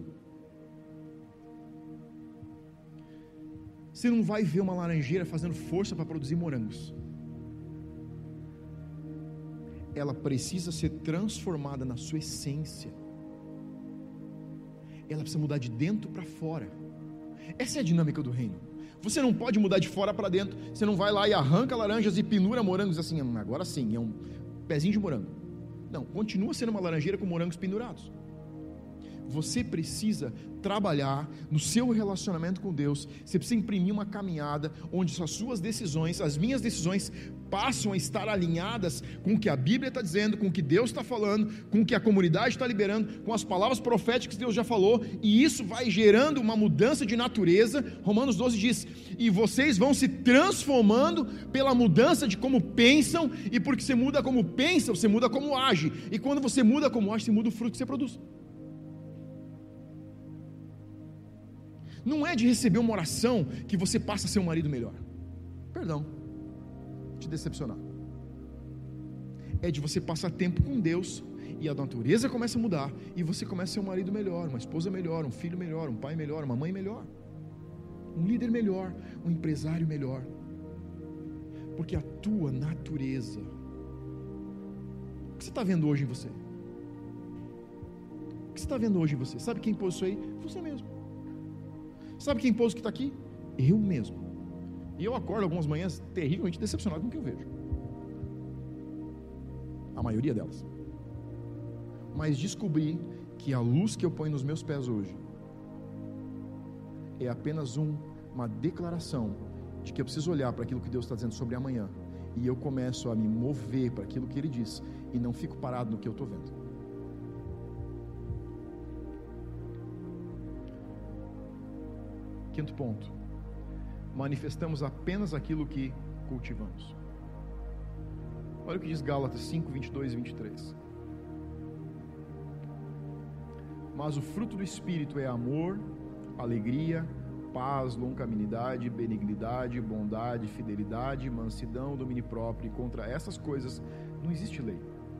Você não vai ver uma laranjeira fazendo força para produzir morangos. Ela precisa ser transformada na sua essência. Ela precisa mudar de dentro para fora. Essa é a dinâmica do reino. Você não pode mudar de fora para dentro. Você não vai lá e arranca laranjas e pendura morangos assim, agora sim, é um pezinho de morango. Não, continua sendo uma laranjeira com morangos pendurados. Você precisa trabalhar no seu relacionamento com Deus. Você precisa imprimir uma caminhada onde as suas decisões, as minhas decisões, passam a estar alinhadas com o que a Bíblia está dizendo, com o que Deus está falando, com o que a comunidade está liberando, com as palavras proféticas que Deus já falou, e isso vai gerando uma mudança de natureza. Romanos 12 diz: e vocês vão se transformando pela mudança de como pensam, e porque você muda como pensa, você muda como age, e quando você muda como age, você muda o fruto que você produz. Não é de receber uma oração que você passa a ser um marido melhor. Perdão, te decepcionar. É de você passar tempo com Deus e a natureza começa a mudar e você começa a ser um marido melhor, uma esposa melhor, um filho melhor, um pai melhor, uma mãe melhor, um líder melhor, um empresário melhor. Porque a tua natureza, o que você está vendo hoje em você? O que você está vendo hoje em você? Sabe quem pôs isso aí? Você mesmo. Sabe quem pôs o que está aqui? Eu mesmo. E eu acordo algumas manhãs terrivelmente decepcionado com o que eu vejo. A maioria delas. Mas descobri que a luz que eu ponho nos meus pés hoje é apenas uma declaração de que eu preciso olhar para aquilo que Deus está dizendo sobre amanhã, e eu começo a me mover para aquilo que Ele diz, e não fico parado no que eu estou vendo. Quinto ponto: manifestamos apenas aquilo que cultivamos. Olha o que diz Gálatas 5, 22 e 23. Mas o fruto do Espírito é amor, alegria, paz, longanimidade, benignidade, bondade, fidelidade, mansidão, domínio próprio, e contra essas coisas não existe lei.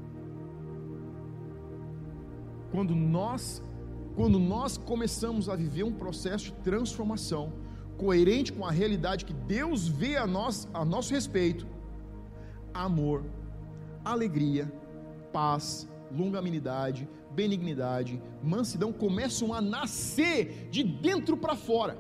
Quando nós começamos a viver um processo de transformação coerente com a realidade que Deus vê a nosso respeito, amor, alegria, paz, longanimidade, benignidade, mansidão começam a nascer de dentro para fora.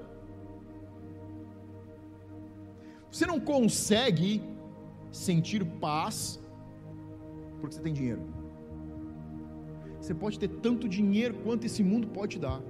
Você não consegue sentir paz porque você tem dinheiro. Você pode ter tanto dinheiro quanto esse mundo pode te dar,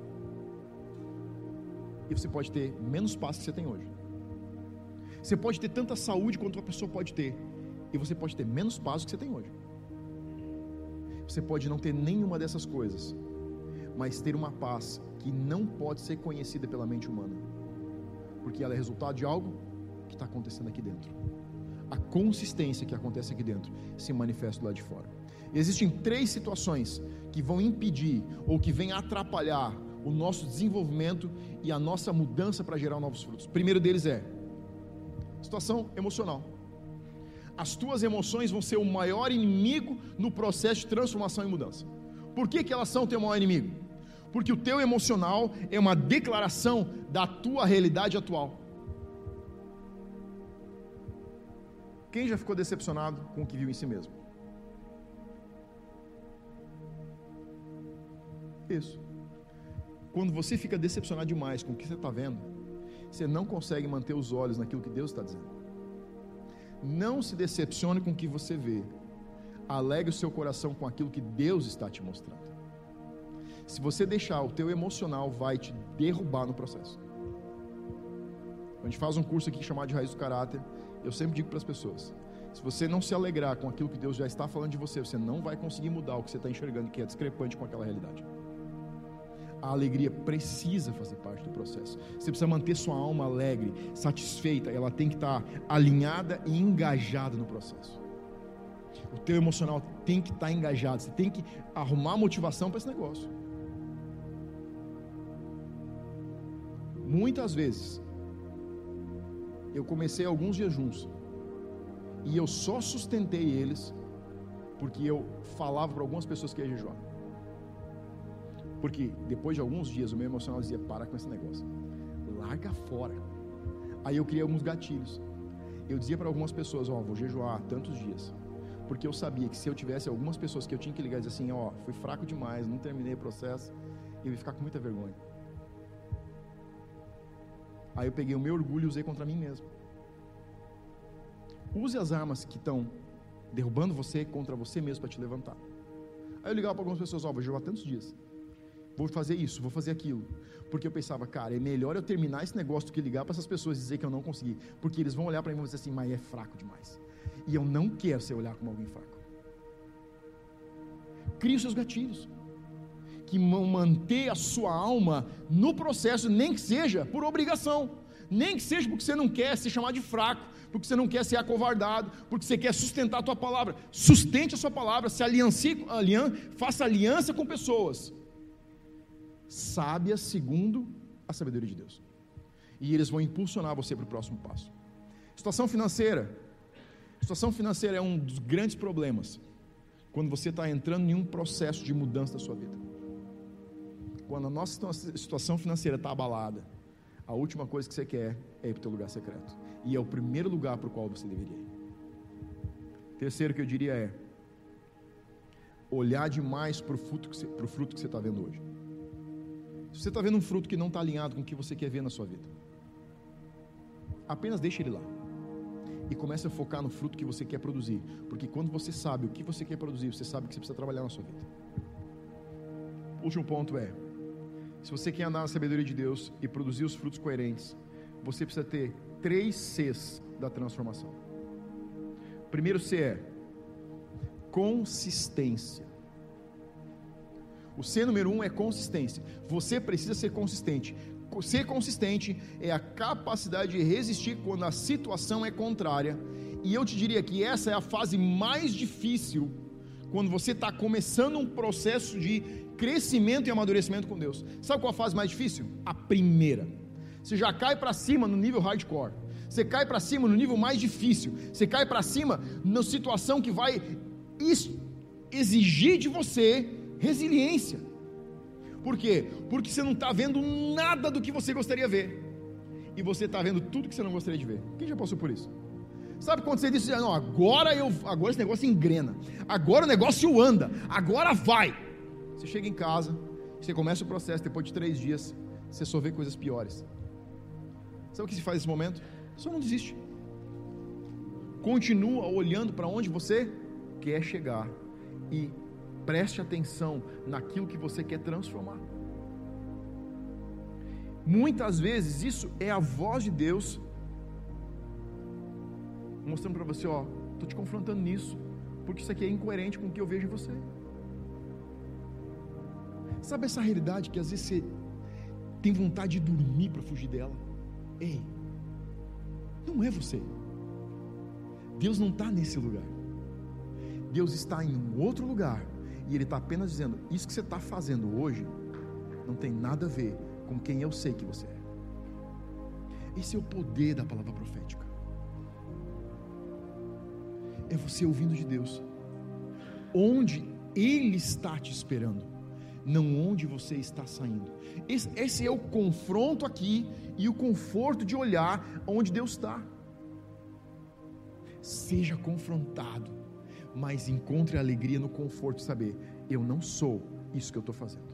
e você pode ter menos paz que você tem hoje. Você pode ter tanta saúde quanto uma pessoa pode ter, e você pode ter menos paz do que você tem hoje. Você pode não ter nenhuma dessas coisas, mas ter uma paz que não pode ser conhecida pela mente humana, porque ela é resultado de algo que está acontecendo aqui dentro. A consistência que acontece aqui dentro se manifesta do lado de fora. Existem 3 situações que vão impedir ou que vêm atrapalhar o nosso desenvolvimento e a nossa mudança para gerar novos frutos. O primeiro deles é situação emocional. As tuas emoções vão ser o maior inimigo no processo de transformação e mudança. Por que elas são o teu maior inimigo? Porque o teu emocional é uma declaração da tua realidade atual. Quem já ficou decepcionado com o que viu em si mesmo? Isso. Quando você fica decepcionado demais com o que você está vendo, você não consegue manter os olhos naquilo que Deus está dizendo. Não se decepcione com o que você vê. Alegre o seu coração com aquilo que Deus está te mostrando. Se você deixar, o teu emocional vai te derrubar no processo. A gente faz um curso aqui chamado de Raiz do Caráter. Eu sempre digo para as pessoas: se você não se alegrar com aquilo que Deus já está falando de você, você não vai conseguir mudar o que você está enxergando, que é discrepante com aquela realidade. A alegria precisa fazer parte do processo. Você precisa manter sua alma alegre, satisfeita. Ela tem que estar alinhada e engajada no processo. O teu emocional tem que estar engajado, você tem que arrumar motivação para esse negócio. Muitas vezes, eu comecei alguns jejuns, e eu só sustentei eles, porque eu falava para algumas pessoas que ia jejuar. Porque depois de alguns dias, o meu emocional dizia, para com esse negócio, larga fora. Aí eu criei alguns gatilhos. Eu dizia para algumas pessoas, vou jejuar tantos dias, porque eu sabia que se eu tivesse algumas pessoas que eu tinha que ligar e dizer assim, fui fraco demais, não terminei o processo, eu ia ficar com muita vergonha. Aí eu peguei o meu orgulho e usei contra mim mesmo. Use as armas que estão derrubando você contra você mesmo para te levantar. Aí eu ligava para algumas pessoas, vou jejuar tantos dias, vou fazer isso, vou fazer aquilo, porque eu pensava, cara, é melhor eu terminar esse negócio do que ligar para essas pessoas e dizer que eu não consegui, porque eles vão olhar para mim e vão dizer assim, mas é fraco demais, e eu não quero ser olhar como alguém fraco. Crie os seus gatilhos, que vão manter a sua alma no processo, nem que seja por obrigação, nem que seja porque você não quer se chamar de fraco, porque você não quer ser acovardado, porque você quer sustentar a tua palavra. Sustente a sua palavra, faça aliança com pessoas sábias segundo a sabedoria de Deus, e eles vão impulsionar você para o próximo passo. Situação financeira é um dos grandes problemas quando você está entrando em um processo de mudança da sua vida. Quando a nossa situação financeira está abalada, a última coisa que você quer é ir para o teu lugar secreto, e é o primeiro lugar para o qual você deveria ir. Terceiro que eu diria é olhar demais para o fruto que você está vendo hoje. Se você está vendo um fruto que não está alinhado com o que você quer ver na sua vida, apenas deixe ele lá e comece a focar no fruto que você quer produzir, porque quando você sabe o que você quer produzir, você sabe que você precisa trabalhar na sua vida. O último ponto é, se você quer andar na sabedoria de Deus e produzir os frutos coerentes, você precisa ter 3 Cs da transformação. O primeiro C é consistência. O C número 1 é consistência. Você precisa ser consistente. Ser consistente é a capacidade de resistir quando a situação é contrária. E eu te diria que essa é a fase mais difícil quando você está começando um processo de crescimento e amadurecimento com Deus. Sabe qual a fase mais difícil? A primeira. Você já cai para cima no nível hardcore. Você cai para cima no nível mais difícil. Você cai para cima na situação que vai exigir de você resiliência. Por quê? Porque você não está vendo nada do que você gostaria de ver, e você está vendo tudo que você não gostaria de ver. Quem já passou por isso? Sabe quando você disse, não, agora esse negócio engrena, agora o negócio anda, agora vai. Você chega em casa, você começa o processo, depois de 3 dias, você só vê coisas piores. Sabe o que se faz nesse momento? Só não desiste. Continua olhando para onde você quer chegar, e preste atenção naquilo que você quer transformar. Muitas vezes isso é a voz de Deus mostrando para você, estou te confrontando nisso, porque isso aqui é incoerente com o que eu vejo em você. Sabe essa realidade que às vezes você tem vontade de dormir para fugir dela? Ei, não é você. Deus não está nesse lugar. Deus está em um outro lugar, e Ele está apenas dizendo, isso que você está fazendo hoje não tem nada a ver com quem eu sei que você é. Esse é o poder da palavra profética. É você ouvindo de Deus, onde Ele está te esperando, não onde você está saindo. Esse é o confronto aqui, e o conforto de olhar onde Deus está. Seja confrontado, mas encontre alegria no conforto de saber, eu não sou isso que eu estou fazendo.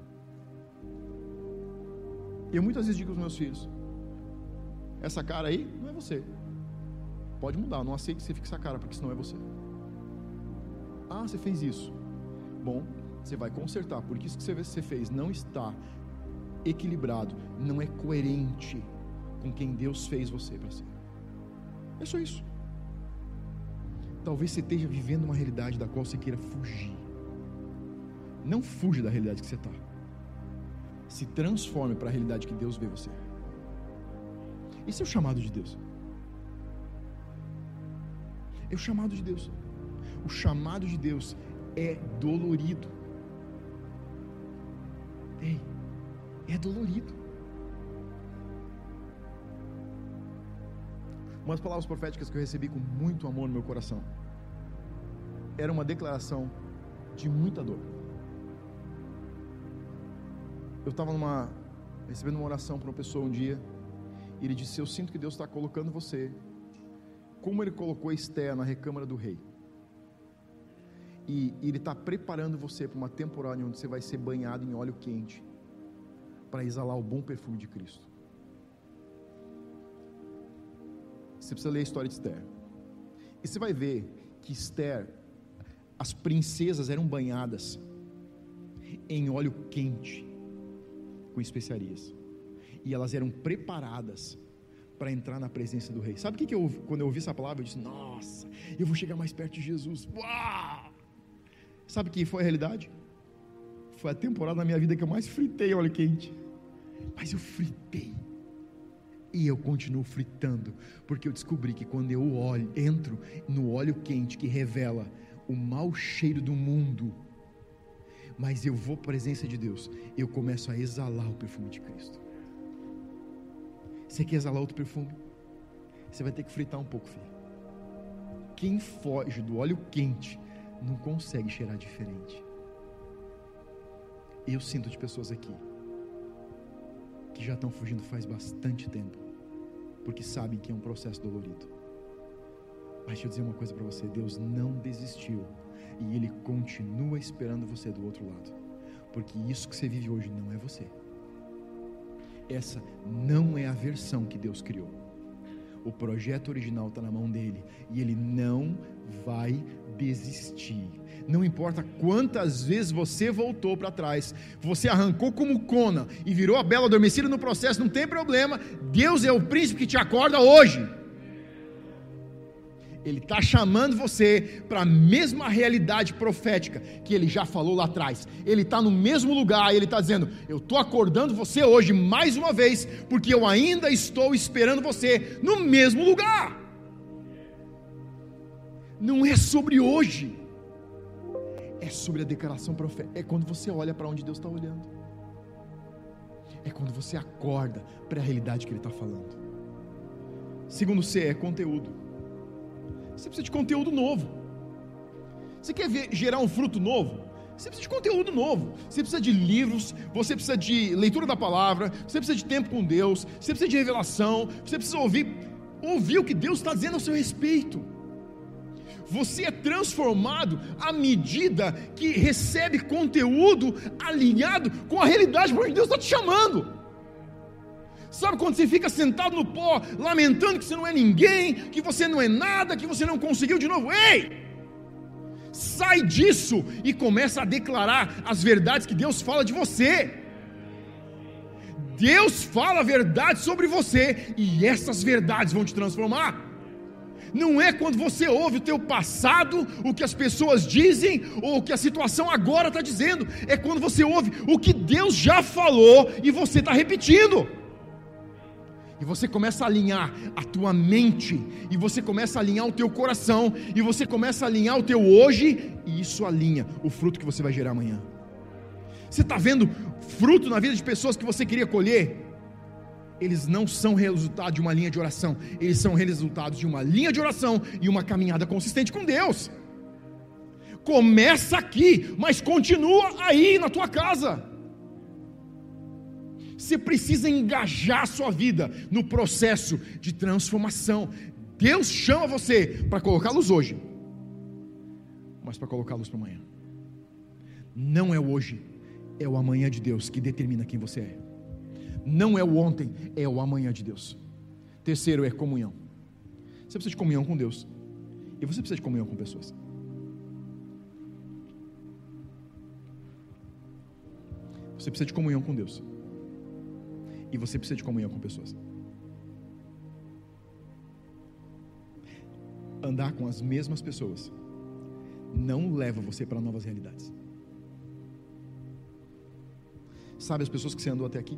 Eu muitas vezes digo aos meus filhos, essa cara aí não é você, pode mudar, eu não aceito que você fique essa cara, porque isso não é você. Ah, você fez isso, bom, você vai consertar, porque isso que você fez não está equilibrado, não é coerente com quem Deus fez você para ser. É só isso. Talvez você esteja vivendo uma realidade da qual você queira fugir. Não fuja da realidade que você está. Se transforme para a realidade que Deus vê você. Esse é o chamado de Deus. É o chamado de Deus. O chamado de Deus é dolorido. Ei, é dolorido. Uma das palavras proféticas que eu recebi com muito amor no meu coração era uma declaração de muita dor. Eu estava recebendo uma oração para uma pessoa um dia, e ele disse: eu sinto que Deus está colocando você, como Ele colocou Esther na recâmara do rei, e Ele está preparando você para uma temporada onde você vai ser banhado em óleo quente, para exalar o bom perfume de Cristo. Você precisa ler a história de Esther, e você vai ver que Esther, as princesas eram banhadas em óleo quente, com especiarias, e elas eram preparadas para entrar na presença do rei. Sabe o que quando eu ouvi essa palavra, eu disse: nossa, eu vou chegar mais perto de Jesus. Uau! Sabe o que foi a realidade? Foi a temporada da minha vida que eu mais fritei óleo quente. Mas eu fritei, e eu continuo fritando, porque eu descobri que quando eu entro no óleo quente que revela o mau cheiro do mundo, mas eu vou para a presença de Deus, eu começo a exalar o perfume de Cristo. Você quer exalar outro perfume? Você vai ter que fritar um pouco, filho. Quem foge do óleo quente não consegue cheirar diferente. Eu sinto de pessoas aqui que já estão fugindo faz bastante tempo, porque sabem que é um processo dolorido. Mas deixa eu dizer uma coisa para você: Deus não desistiu, e Ele continua esperando você do outro lado, porque isso que você vive hoje não é você. Essa não é a versão que Deus criou. O projeto original está na mão dele, e Ele não vai desistir. Não importa quantas vezes você voltou para trás, você arrancou como cona e virou a bela adormecida no processo, não tem problema. Deus é o príncipe que te acorda hoje. Ele está chamando você para a mesma realidade profética que Ele já falou lá atrás. Ele está no mesmo lugar, e Ele está dizendo: eu estou acordando você hoje mais uma vez, porque eu ainda estou esperando você no mesmo lugar. Não é sobre hoje, é sobre a declaração profética. É quando você olha para onde Deus está olhando, é quando você acorda para a realidade que Ele está falando. Segundo C é conteúdo. Você precisa de conteúdo novo. Você quer gerar um fruto novo? Você precisa de conteúdo novo. Você precisa de livros, você precisa de leitura da palavra, você precisa de tempo com Deus, você precisa de revelação, você precisa ouvir o que Deus está dizendo ao seu respeito. Você é transformado à medida que recebe conteúdo alinhado com a realidade para onde Deus está te chamando. Sabe quando você fica sentado no pó, lamentando que você não é ninguém, que você não é nada, que você não conseguiu de novo? Ei! Sai disso e começa a declarar as verdades que Deus fala de você. Deus fala a verdade sobre você, e essas verdades vão te transformar. Não é quando você ouve o teu passado, o que as pessoas dizem, ou o que a situação agora está dizendo. É quando você ouve o que Deus já falou e você está repetindo. E você começa a alinhar a tua mente, e você começa a alinhar o teu coração, e você começa a alinhar o teu hoje, e isso alinha o fruto que você vai gerar amanhã. Você está vendo fruto na vida de pessoas que você queria colher? Eles não são resultado de uma linha de oração, eles são resultados de uma linha de oração e uma caminhada consistente com Deus. Começa aqui, mas continua aí na tua casa. Você precisa engajar a sua vida no processo de transformação. Deus chama você para colocar luz hoje, mas para colocar luz para amanhã. Não é o hoje, é o amanhã de Deus que determina quem você é. Não é o ontem, é o amanhã de Deus. Terceiro é comunhão. Você precisa de comunhão com Deus, e você precisa de comunhão com pessoas. Você precisa de comunhão com Deus, e você precisa de comunhão com pessoas. Andar com as mesmas pessoas não leva você para novas realidades. Sabe as pessoas que você andou até aqui?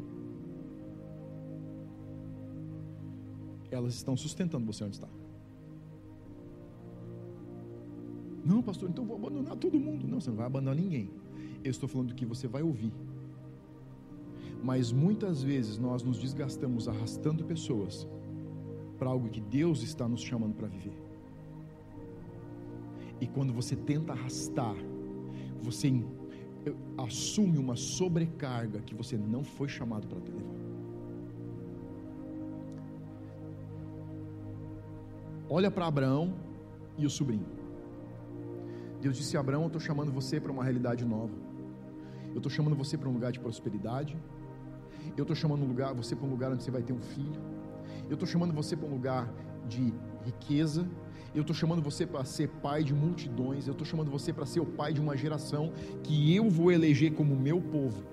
Elas estão sustentando você onde está. Não, pastor, então vou abandonar todo mundo. Não, você não vai abandonar ninguém. Eu estou falando do que você vai ouvir. Mas muitas vezes nós nos desgastamos arrastando pessoas para algo que Deus está nos chamando para viver. E quando você tenta arrastar, você assume uma sobrecarga que você não foi chamado para levar. Olha para Abraão e o sobrinho. Deus disse a Abraão: eu estou chamando você para uma realidade nova. Eu estou chamando você para um lugar de prosperidade. Eu estou chamando você para um lugar onde você vai ter um filho. Eu estou chamando você para um lugar de riqueza. Eu estou chamando você para ser pai de multidões. Eu estou chamando você para ser o pai de uma geração que eu vou eleger como meu povo.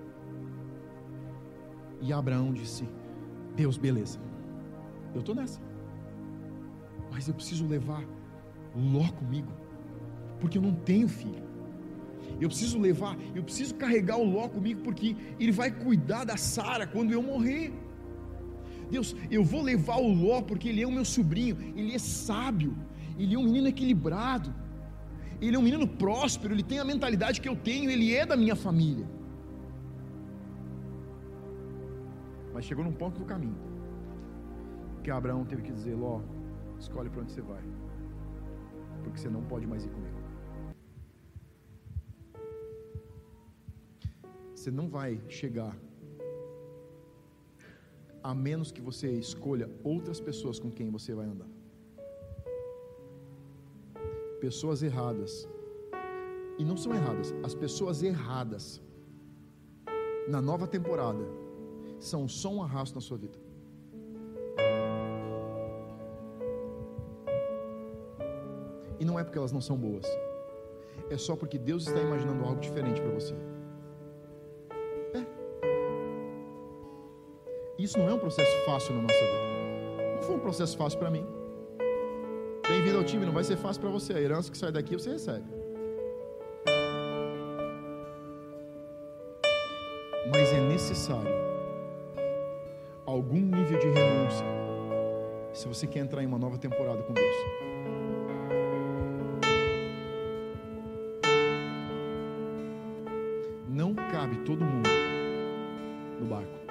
E Abraão disse: Deus, beleza, eu estou nessa, mas eu preciso levar Ló comigo, porque eu não tenho filho. Eu preciso carregar o Ló comigo, porque ele vai cuidar da Sara quando eu morrer. Deus, eu vou levar o Ló porque ele é o meu sobrinho, ele é sábio, ele é um menino equilibrado, ele é um menino próspero, ele tem a mentalidade que eu tenho, ele é da minha família. Mas chegou num ponto do caminho que Abraão teve que dizer: Ló, escolhe para onde você vai, porque você não pode mais ir comigo. Você não vai chegar a menos que você escolha outras pessoas com quem você vai andar. Pessoas erradas, e não são erradas, as pessoas erradas na nova temporada são só um arrasto na sua vida. E não é porque elas não são boas, é só porque Deus está imaginando algo diferente para você. Isso não é um processo fácil na nossa vida. Não foi um processo fácil para mim. Bem-vindo ao time, não vai ser fácil para você. A herança que sai daqui você recebe. Mas é necessário algum nível de renúncia se você quer entrar em uma nova temporada com Deus. Não cabe todo mundo no barco.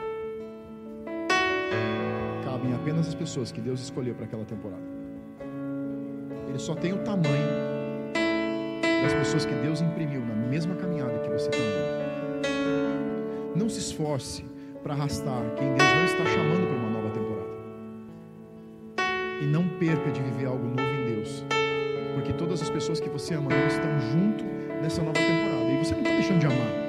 Cabem apenas as pessoas que Deus escolheu para aquela temporada. Ele só tem o tamanho das pessoas que Deus imprimiu na mesma caminhada que você está andando. Não se esforce para arrastar quem Deus não está chamando para uma nova temporada. E não perca de viver algo novo em Deus, porque todas as pessoas que você ama não estão junto nessa nova temporada. E você não está deixando de amar.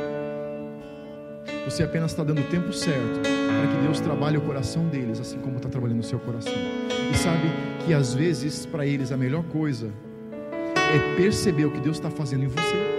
Você apenas está dando o tempo certo para que Deus trabalhe o coração deles, assim como está trabalhando o seu coração. E sabe que às vezes para eles a melhor coisa é perceber o que Deus está fazendo em você.